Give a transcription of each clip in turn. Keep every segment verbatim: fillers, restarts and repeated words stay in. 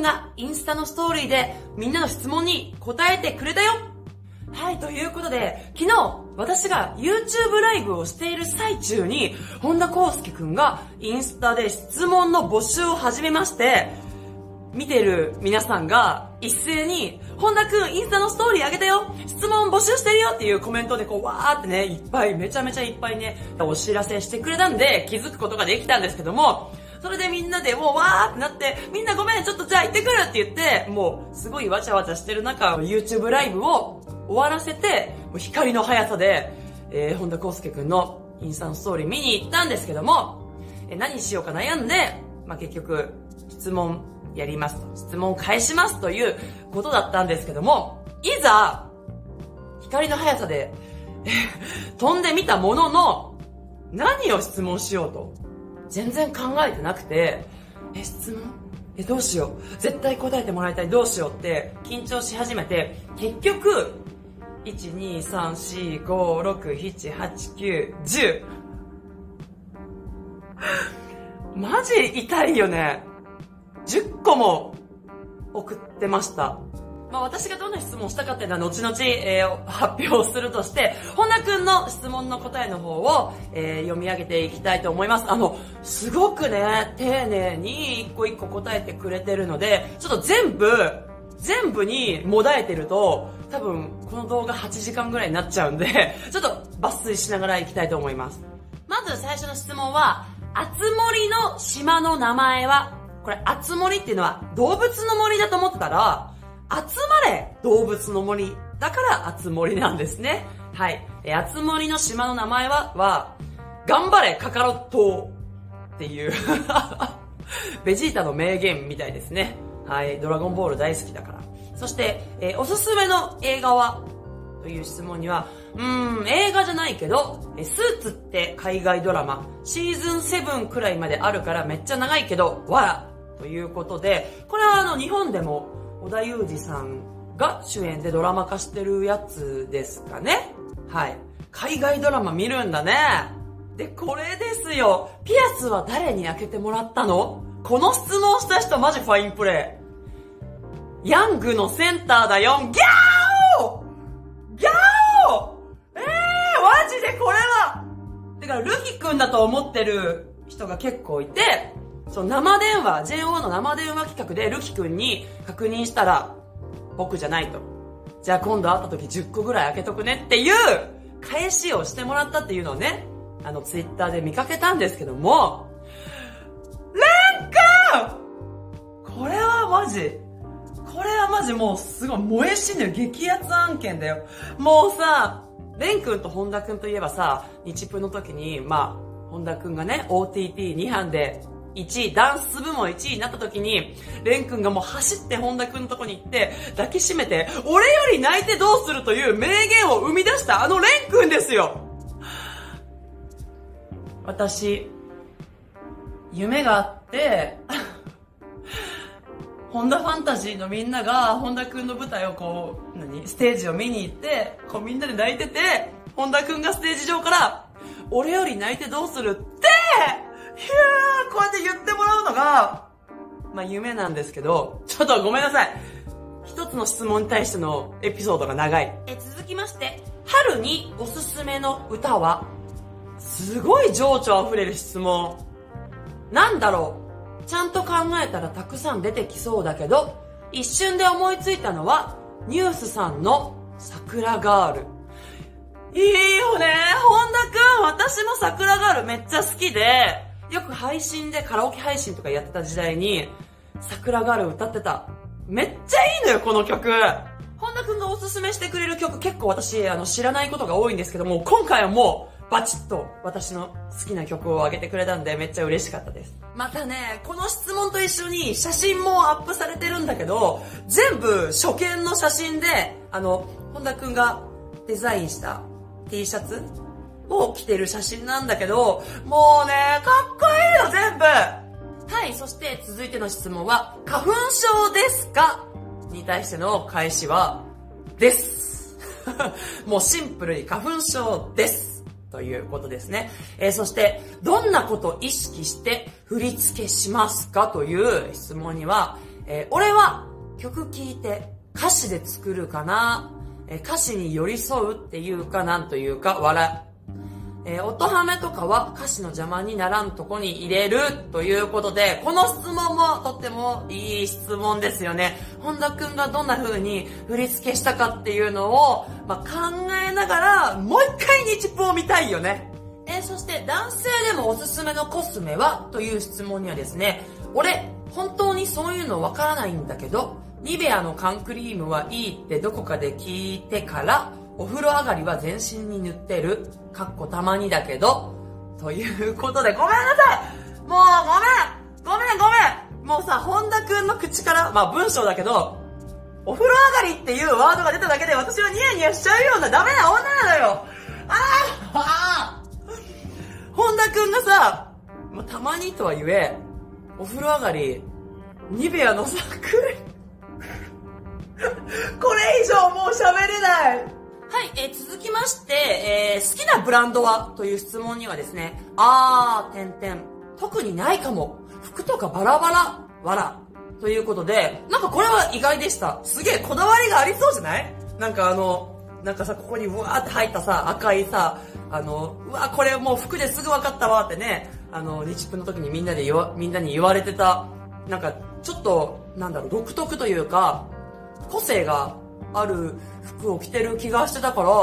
んがインスタのストーリーでみんなの質問に答えてくれたよ。はい、ということで、昨日私が YouTube ライブをしている最中に、本田康介くんがインスタで質問の募集を始めまして、見てる皆さんが一斉に、本田くんインスタのストーリーあげたよ、質問募集してるよっていうコメントでこうわーってね、いっぱい、めちゃめちゃいっぱいね、お知らせしてくれたんで気づくことができたんですけども、それでみんなでもうわーってなって、みんなごめん、ちょっとじゃあ行ってくるって言って、もうすごいわちゃわちゃしてる中、YouTube ライブを終わらせて、もう光の速さで、えー、本田康介くんのインスタのストーリー見に行ったんですけども、えー、何しようか悩んで、まあ、結局、質問やりますと、質問返しますということだったんですけども、いざ、光の速さで、飛んでみたものの、何を質問しようと、全然考えてなくて、え、質問え、どうしよう。絶対答えてもらいたい。どうしようって緊張し始めて、結局、いち、に、さん、し、ご、ろく、しち、はち、きゅう、じゅう。マジ痛いよね。じゅっこも送ってました。まあ私がどんな質問をしたかっていうのは後々、えー、発表するとして、本田くんの質問の答えの方を、えー、読み上げていきたいと思います。あの、すごくね、丁寧に一個一個答えてくれてるので、ちょっと全部、全部にもだえてると、多分この動画はちじかんぐらいになっちゃうんで、ちょっと抜粋しながらいきたいと思います。まず最初の質問は、あつ森の島の名前は、これ、あつ森っていうのは動物の森だと思ってたら、集まれ動物の森だからあつ森なんですね。はい。え、あつ森の島の名前は、は、頑張れカカロットっていうベジータの名言みたいですね。はい。ドラゴンボール大好きだから。そして、えー、おすすめの映画はという質問には、うーん、映画じゃないけど、えスーツって海外ドラマ、シーズンセブンくらいまであるからめっちゃ長いけど、わらということで、これはあの、日本でも、織田裕二さんが主演でドラマ化してるやつですかね。はい。海外ドラマ見るんだね。で、これですよ。ピアスは誰に開けてもらったの？この質問した人マジファインプレー。ヤングのセンターだよ。ギャーオギャーオえー、マジでこれはだからルヒ君だと思ってる人が結構いて、そう、生電話、ジェイオー の生電話企画でルキ君に確認したら、僕じゃないと。じゃあ今度会った時じゅっこぐらい開けとくねっていう返しをしてもらったっていうのをね、あのツイッターで見かけたんですけども、レン君！これはマジ、これはマジもうすごい燃え死ぬ激アツ案件だよ。もうさ、レン君と本田君といえばさ、日プの時に、まあ、本田君がね、オーティーティーに 班で、いちい、ダンス部門いちいになった時に、レン君がもう走って本田君のとこに行って、抱きしめて、俺より泣いてどうするという名言を生み出したあのレン君ですよ。私、夢があって、ホンダファンタジーのみんなが、本田君の舞台をこう、何ステージを見に行って、こうみんなで泣いてて、本田君がステージ上から、俺より泣いてどうするって、いやー、こうやって言ってもらうのが、まあ夢なんですけど、ちょっとごめんなさい。一つの質問に対してのエピソードが長い。え、続きまして、春におすすめの歌は？すごい情緒あふれる質問。なんだろう。ちゃんと考えたらたくさん出てきそうだけど、一瞬で思いついたのは、ニュースさんの桜ガール。いいよね。本田くん、私も桜ガールめっちゃ好きで、よく配信でカラオケ配信とかやってた時代に、桜ガール歌ってた。めっちゃいいのよ、この曲。本田くんがおすすめしてくれる曲結構私、あの、知らないことが多いんですけども、今回はもう、バチッと私の好きな曲をあげてくれたんで、めっちゃ嬉しかったです。またね、この質問と一緒に写真もアップされてるんだけど、全部初見の写真で、あの、本田くんがデザインした T シャツを着てる写真なんだけど、もうね、かっこいいよ、全部。はい、そして続いての質問は、花粉症ですかに対しての返しは、です。もうシンプルに花粉症です。ということですね。えー、そして、どんなことを意識して振り付けしますかという質問には、 えー、俺は曲聴いて歌詞で作るかな、えー、歌詞に寄り添うっていうかなんというか笑い。えー、音ハメとかは歌詞の邪魔にならんとこに入れるということで、この質問もとってもいい質問ですよね。本田くんがどんな風に振り付けしたかっていうのを、まあ、考えながらもう一回日プを見たいよね。えー、そして男性でもおすすめのコスメはという質問にはですね、俺本当にそういうのわからないんだけど、ニベアの缶クリームはいいってどこかで聞いてからお風呂上がりは全身に塗ってる。かっこたまにだけど。ということで、ごめんなさいもうごめんごめんごめんもうさ、本田くんの口から、まあ文章だけど、お風呂上がりっていうワードが出ただけで私はニヤニヤしちゃうようなダメな女なのよ。あーあー本田くんがさ、まあ、たまにとは言え、お風呂上がり、ニベアのさ、クレこれ以上もう喋れない。はい、えー、続きまして、えー、好きなブランドはという質問にはですね、あー、点々、特にないかも。服とかバラバラ、わら。ということで、なんかこれは意外でした。すげえこだわりがありそうじゃない？なんかあの、なんかさ、ここにうわーって入ったさ、赤いさ、あの、うわーこれもう服ですぐ分かったわってね、あの、日プの時にみんなで言わ、みんなに言われてた、なんかちょっと、なんだろう、独特というか、個性がある服を着てる気がしてたから、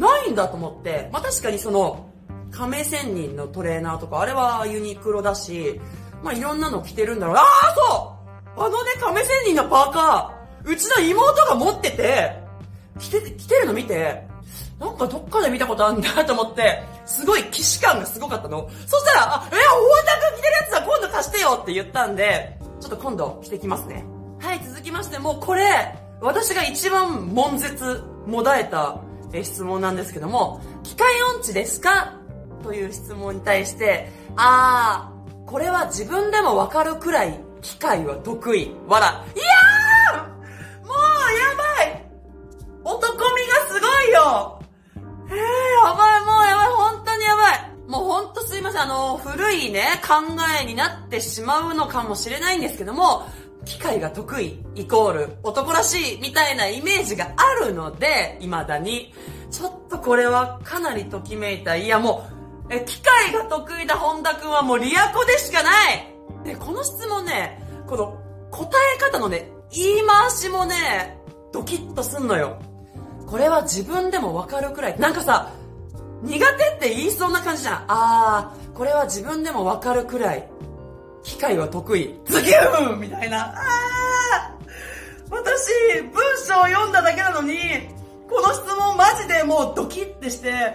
ないんだと思って、まあ、確かにその、亀仙人のトレーナーとか、あれはユニクロだし、まあ、いろんなの着てるんだろう。ああそうあのね、亀仙人のパーカー、うちの妹が持ってて、着て、着てるの見て、なんかどっかで見たことあるんだと思って、すごい既視感がすごかったの。そしたら、あ、え、大田くん着てるやつだ、今度貸してよって言ったんで、ちょっと今度着てきますね。はい、続きまして、もうこれ、私が一番悶絶、もだえた質問なんですけども、機械音痴ですかという質問に対して、あー、これは自分でもわかるくらい機械は得意。わら。いやーもうやばい男味がすごいよえー、やばい、もうやばい、本当にやばい。もう本当すいません、あの、古いね、考えになってしまうのかもしれないんですけども、機械が得意イコール男らしいみたいなイメージがあるので、未だに。ちょっとこれはかなりときめいた。いやもう、え、機械が得意な本田くんはもうリアコでしかないで、この質問ね、この答え方のね、言い回しもね、ドキッとすんのよ。これは自分でもわかるくらい。なんかさ、苦手って言いそうな感じじゃん。あー、これは自分でもわかるくらい。機械は得意。ズキューンみたいな。あー私、文章を読んだだけなのに、この質問マジでもうドキッてして、は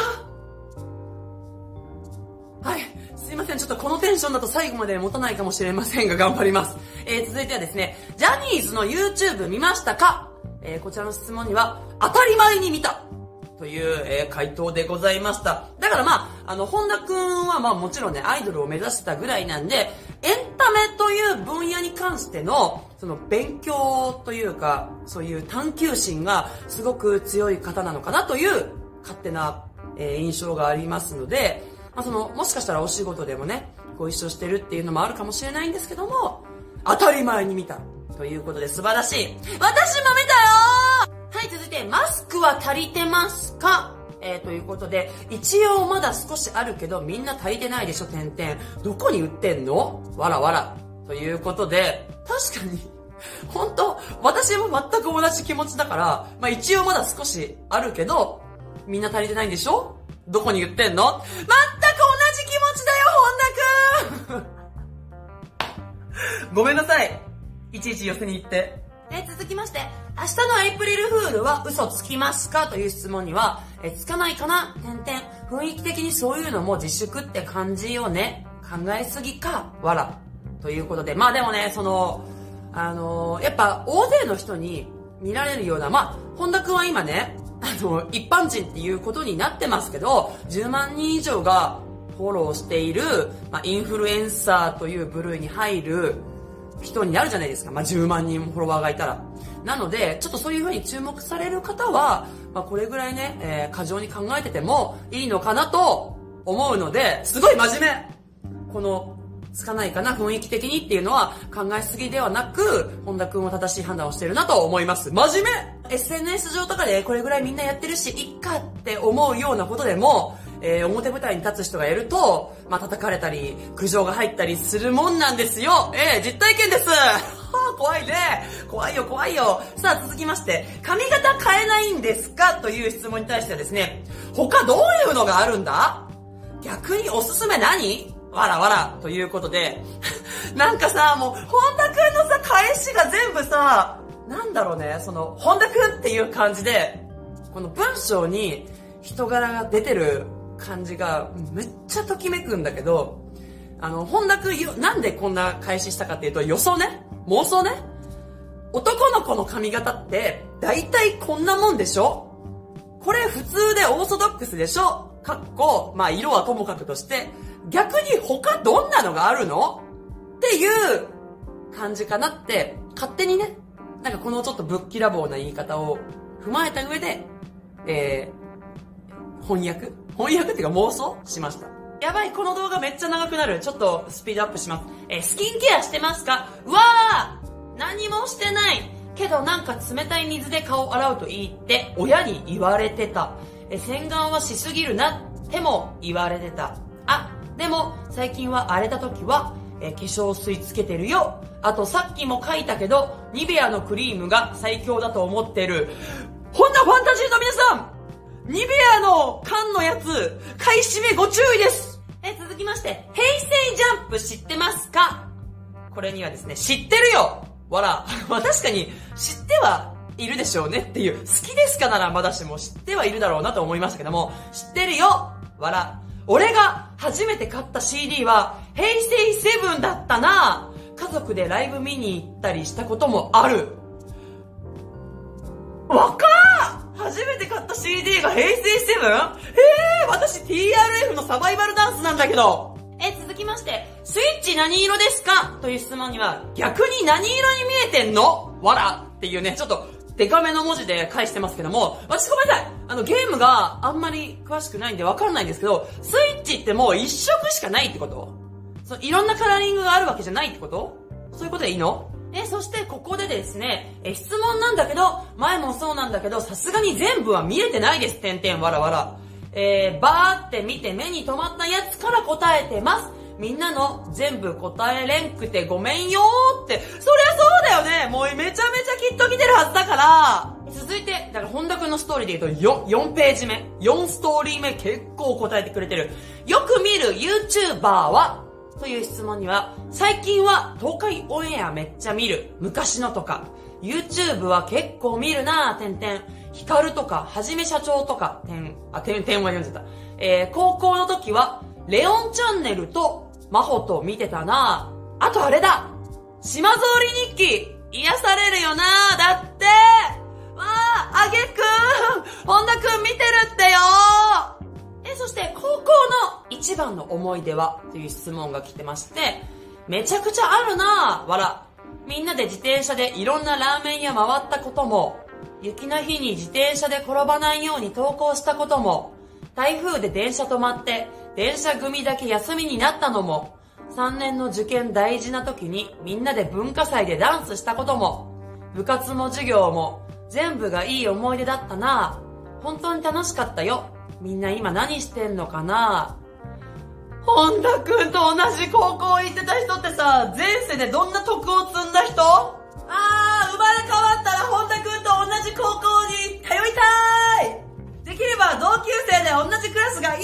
ぁはい。すいません。ちょっとこのテンションだと最後まで持たないかもしれませんが頑張ります。えー、続いてはですね、ジャニーズの YouTube 見ましたか？えー、こちらの質問には、当たり前に見た。という、えー、回答でございました。だからまあ、あの、本田くんはまあもちろんね、アイドルを目指してたぐらいなんで、エンタメという分野に関しての、その勉強というか、そういう探求心がすごく強い方なのかなという勝手な、えー、印象がありますので、まあその、もしかしたらお仕事でもね、ご一緒してるっていうのもあるかもしれないんですけども、当たり前に見た。ということで素晴らしい。私も見たよーはい、続いて、マスクは足りてますか？えー、ということで、一応まだ少しあるけど、みんな足りてないでしょ、点々。どこに売ってんの？わらわら。ということで、確かに、本当私も全く同じ気持ちだから、まあ一応まだ少しあるけど、みんな足りてないんでしょ？どこに売ってんの？全く同じ気持ちだよ、本田くんごめんなさい。いちいち寄せに行って。えー、続きまして、明日のエイプリルフールは嘘つきますかという質問には、えー、つかないかな点々雰囲気的にそういうのも自粛って感じよね考えすぎかわらということで、まあでもね、その、あのー、やっぱ大勢の人に見られるような、まあ、本田くんは今ね、あの、一般人っていうことになってますけど、じゅうまんにん以上がフォローしている、まあ、インフルエンサーという部類に入る人になるじゃないですか。まあ、じゅうまんにんフォロワーがいたら。なので、ちょっとそういう風に注目される方は、まあ、これぐらいね、えー、過剰に考えててもいいのかなと思うので、すごい真面目このつかないかな、雰囲気的にっていうのは考えすぎではなく、本田くんは正しい判断をしてるなと思います。真面目 !エスエヌエス 上とかでこれぐらいみんなやってるし、いっかって思うようなことでも、えー、表舞台に立つ人がいると、まあ、叩かれたり、苦情が入ったりするもんなんですよ。えー、実体験です。はぁ、怖いね。怖いよ、怖いよ。さあ、続きまして、髪型変えないんですかという質問に対してはですね、他どういうのがあるんだ？逆におすすめ何？わらわら。ということで、なんかさ、もう、本田くんのさ、返しが全部さ、なんだろうね、その、本田くんっていう感じで、この文章に人柄が出てる感じがめっちゃときめくんだけど、あの、本田くん、なんでこんな返ししたかっていうと、予想ね、妄想ね、男の子の髪型って、だいたいこんなもんでしょ？これ普通でオーソドックスでしょ？かっこ、まあ色はともかくとして、逆に他どんなのがあるの？っていう感じかなって、勝手にね、なんかこのちょっとぶっきらぼうな言い方を踏まえた上で、えー、翻訳翻訳っていうか妄想しました。やばい、この動画めっちゃ長くなる。ちょっとスピードアップします。えー、スキンケアしてますか？うわー！何もしてない。けどなんか冷たい水で顔洗うといいって親に言われてた。えー、洗顔はしすぎるなっても言われてた。あ、でも最近は荒れた時は、えー、化粧水つけてるよ。あとさっきも書いたけど、ニベアのクリームが最強だと思ってる。ほんなファンタジーの皆さん、ニベアの缶のやつ、買い占めご注意です。え、続きまして、平成ジャンプ知ってますか？これにはですね、知ってるよわら。まあ確かに、知ってはいるでしょうねっていう、好きですかならまだしも知ってはいるだろうなと思いましたけども、知ってるよわら。俺が初めて買った シーディー は、平成セブンだったな。家族でライブ見に行ったりしたこともある。若っ！初めて買った シーディー が平成セブン？えー、私 ティーアールエフ のサバイバルダンスなんだけど。え、続きまして、スイッチ何色ですか？という質問には、逆に何色に見えてんの？わらっていうね、ちょっとデカめの文字で返してますけども、私ごめんなさい。あのゲームがあんまり詳しくないんでわかんないんですけど、スイッチってもう一色しかないってこと？そのいろんなカラーリングがあるわけじゃないってこと？そういうことでいいの？え、そしてここでですね、え、質問なんだけど、前もそうなんだけど、さすがに全部は見れてないです。てんてんわらわら。えー、バーって見て目に留まったやつから答えてます。みんなの全部答えれんくてごめんよーって。そりゃそうだよね。もうめちゃめちゃきっと来てるはずだから。続いて、だから本田くんのストーリーで言うと 4, よんページ目。よんストーリー目結構答えてくれてる。よく見る YouTuber はという質問には、最近は東海オンエアめっちゃ見る。昔のとか。YouTube は結構見るなぁ、てんてん。ヒカルとか、はじめ社長とか、点、あ、点、点は読んでた。えー、高校の時は、レオンチャンネルと、マホと見てたなぁ。あとあれだ！島ぞうり日記癒されるよなぁ、だってわあ、あげくん本田くん見てるってよーえ、そして高校の一番の思い出はという質問が来てまして、めちゃくちゃあるなぁ、わら。みんなで自転車でいろんなラーメン屋回ったことも、雪の日に自転車で転ばないように登校したことも、台風で電車止まって、電車組だけ休みになったのも、さんねんの受験大事な時にみんなで文化祭でダンスしたことも、部活も授業も全部がいい思い出だったな。本当に楽しかったよ。みんな今何してんのかな。本田くんと同じ高校行ってた人ってさ、前世でどんな徳を積んだ人？あー、生まれ変わったら本田くんと同じ高校に通いたい。できれば同級生で同じクラスがいい。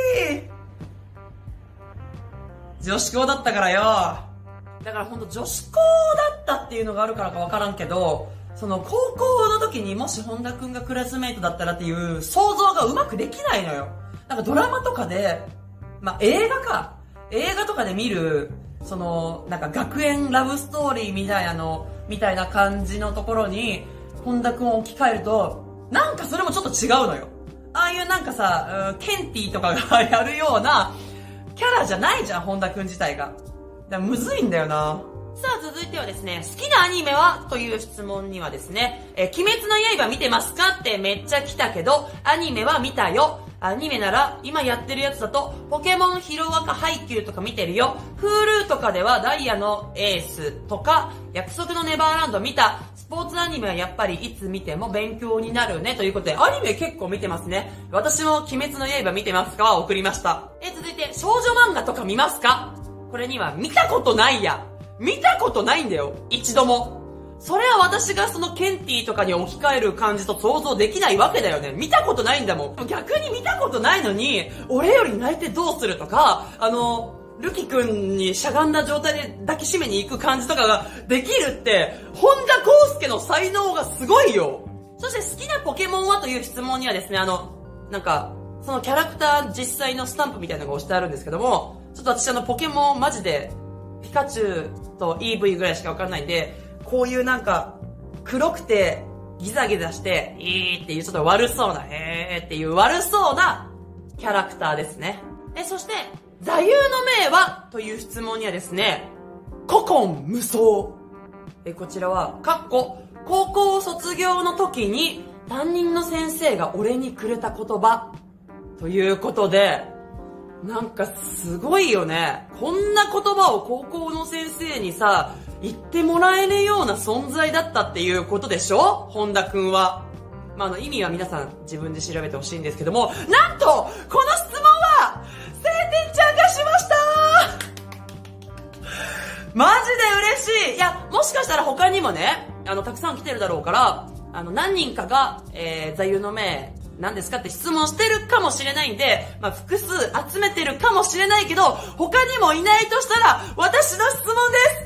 女子校だったからよ。だからほんと女子校だったっていうのがあるからかわからんけど、その高校の時にもし本田くんがクラスメイトだったらっていう想像がうまくできないのよ。なんかドラマとかで、まあ、映画か。映画とかで見る、その、なんか学園ラブストーリーみたいなの、みたいな感じのところに、本田くんを置き換えると、なんかそれもちょっと違うのよ。ああいうなんかさ、うん、ケンティとかがやるような、キャラじゃないじゃん、本田くん自体が。だからむずいんだよな。さあ続いてはですね、好きなアニメはという質問にはですね、え、鬼滅の刃見てますかってめっちゃ来たけど、アニメは見たよ。 アニメなら今やってるやつだとポケモンヒロアカハイキューとか見てるよ。Hulu とかではダイヤのエースとか約束のネバーランド見た。スポーツアニメはやっぱりいつ見ても勉強になるねということで、アニメ結構見てますね。私も鬼滅の刃見てますかは送りました。え、続いて少女漫画とか見ますか？これには見たことないや。見たことないんだよ。一度も。それは私がそのケンティとかに置き換える感じと想像できないわけだよね。見たことないんだもん。逆に見たことないのに、俺より泣いてどうするとか、あの、ルキ君にしゃがんだ状態で抱きしめに行く感じとかができるって、本田康介の才能がすごいよ。そして好きなポケモンはという質問にはですね、あの、なんか、そのキャラクター実際のスタンプみたいなのが押してあるんですけども、ちょっと私あのポケモンマジで、ピカチュウと イーブイ ぐらいしかわかんないんで、こういうなんか、黒くて、ギザギザして、いーっていうちょっと悪そうな、えーっていう悪そうなキャラクターですね。え、そして、座右の銘はという質問にはですね、古今無双。え、こちらは、かっこ、高校卒業の時に担任の先生が俺にくれた言葉。ということで、なんかすごいよね。こんな言葉を高校の先生にさ、言ってもらえねえような存在だったっていうことでしょ？本田くんは。まあ、あの意味は皆さん自分で調べてほしいんですけども、なんとこの質問は晴天ちゃんがしました。マジで嬉しい。いや、もしかしたら他にもね、あのたくさん来てるだろうから、あの何人かが、えー、座右の銘何ですかって質問してるかもしれないんで、まあ、複数集めてるかもしれないけど、他にもいないとしたら私の質問です。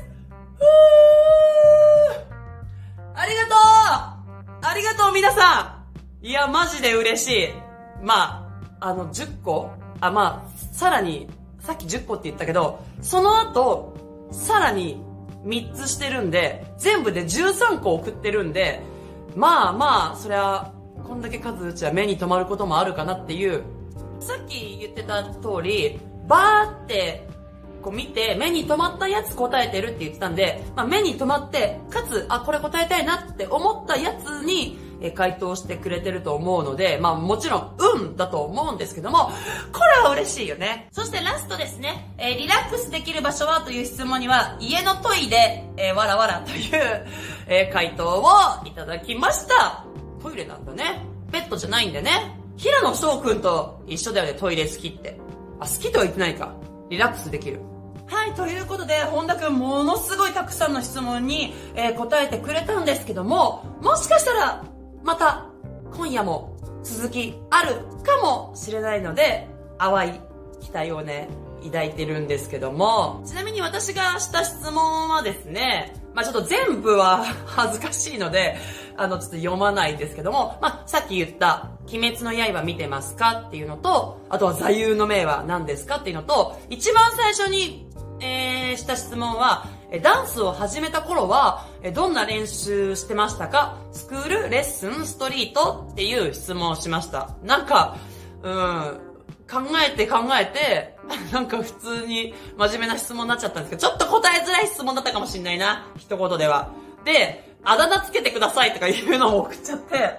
ありがとうありがとう皆さん。いや、マジで嬉しい。まあ、あの、じゅっこあ、まあ、さらに、さっきじゅっこって言ったけど、その後、さらにみっつしてるんで、全部でじゅうさんこ送ってるんで、まあまあ、そりゃ、こんだけ数打ちは目に留まることもあるかなっていう。さっき言ってた通り、バーって、こう見て、目に留まったやつ答えてるって言ってたんで、まあ、目に留まって、かつ、あ、これ答えたいなって思ったやつに、え、回答してくれてると思うので、まあ、もちろん、うんだと思うんですけども、これは嬉しいよね。そしてラストですね、えー、リラックスできる場所はという質問には、家のトイレ、えー、わらわらという、えー、回答をいただきました。トイレなんだね。ベッドじゃないんでね。平野翔くんと一緒だよね、トイレ好きって。あ、好きとは言ってないか。リラックスできる。はい、ということで、本田くんものすごいたくさんの質問に、えー、答えてくれたんですけども、もしかしたら、また、今夜も続きあるかもしれないので、淡い期待をね、抱いてるんですけども、ちなみに私がした質問はですね、まあちょっと全部は恥ずかしいので、あの、ちょっと読まないんですけども、まあさっき言った、鬼滅の刃見てますかっていうのと、あとは座右の銘は何ですかっていうのと、一番最初に、えー、した質問は、ダンスを始めた頃は、どんな練習してましたか？スクール、レッスン、ストリートっていう質問をしました。なんか、うん、考えて考えて、なんか普通に真面目な質問になっちゃったんですけど、ちょっと答えづらい質問だったかもしれないな。一言では。で、あだ名つけてくださいとかいうのも送っちゃって、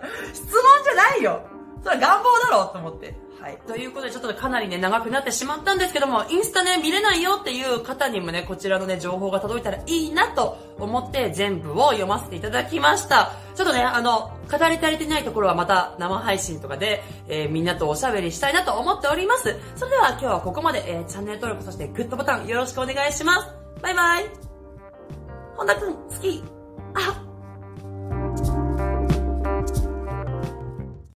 質問じゃないよ。それは願望だろうと思って。はい。ということでちょっとかなりね、長くなってしまったんですけども、インスタね、見れないよっていう方にもね、こちらのね、情報が届いたらいいなと思って全部を読ませていただきました。ちょっとね、あの、語り足りてないところはまた生配信とかで、えー、みんなとおしゃべりしたいなと思っております。それでは今日はここまで、えー、チャンネル登録そしてグッドボタンよろしくお願いします。バイバイ。本田くん、好き。あ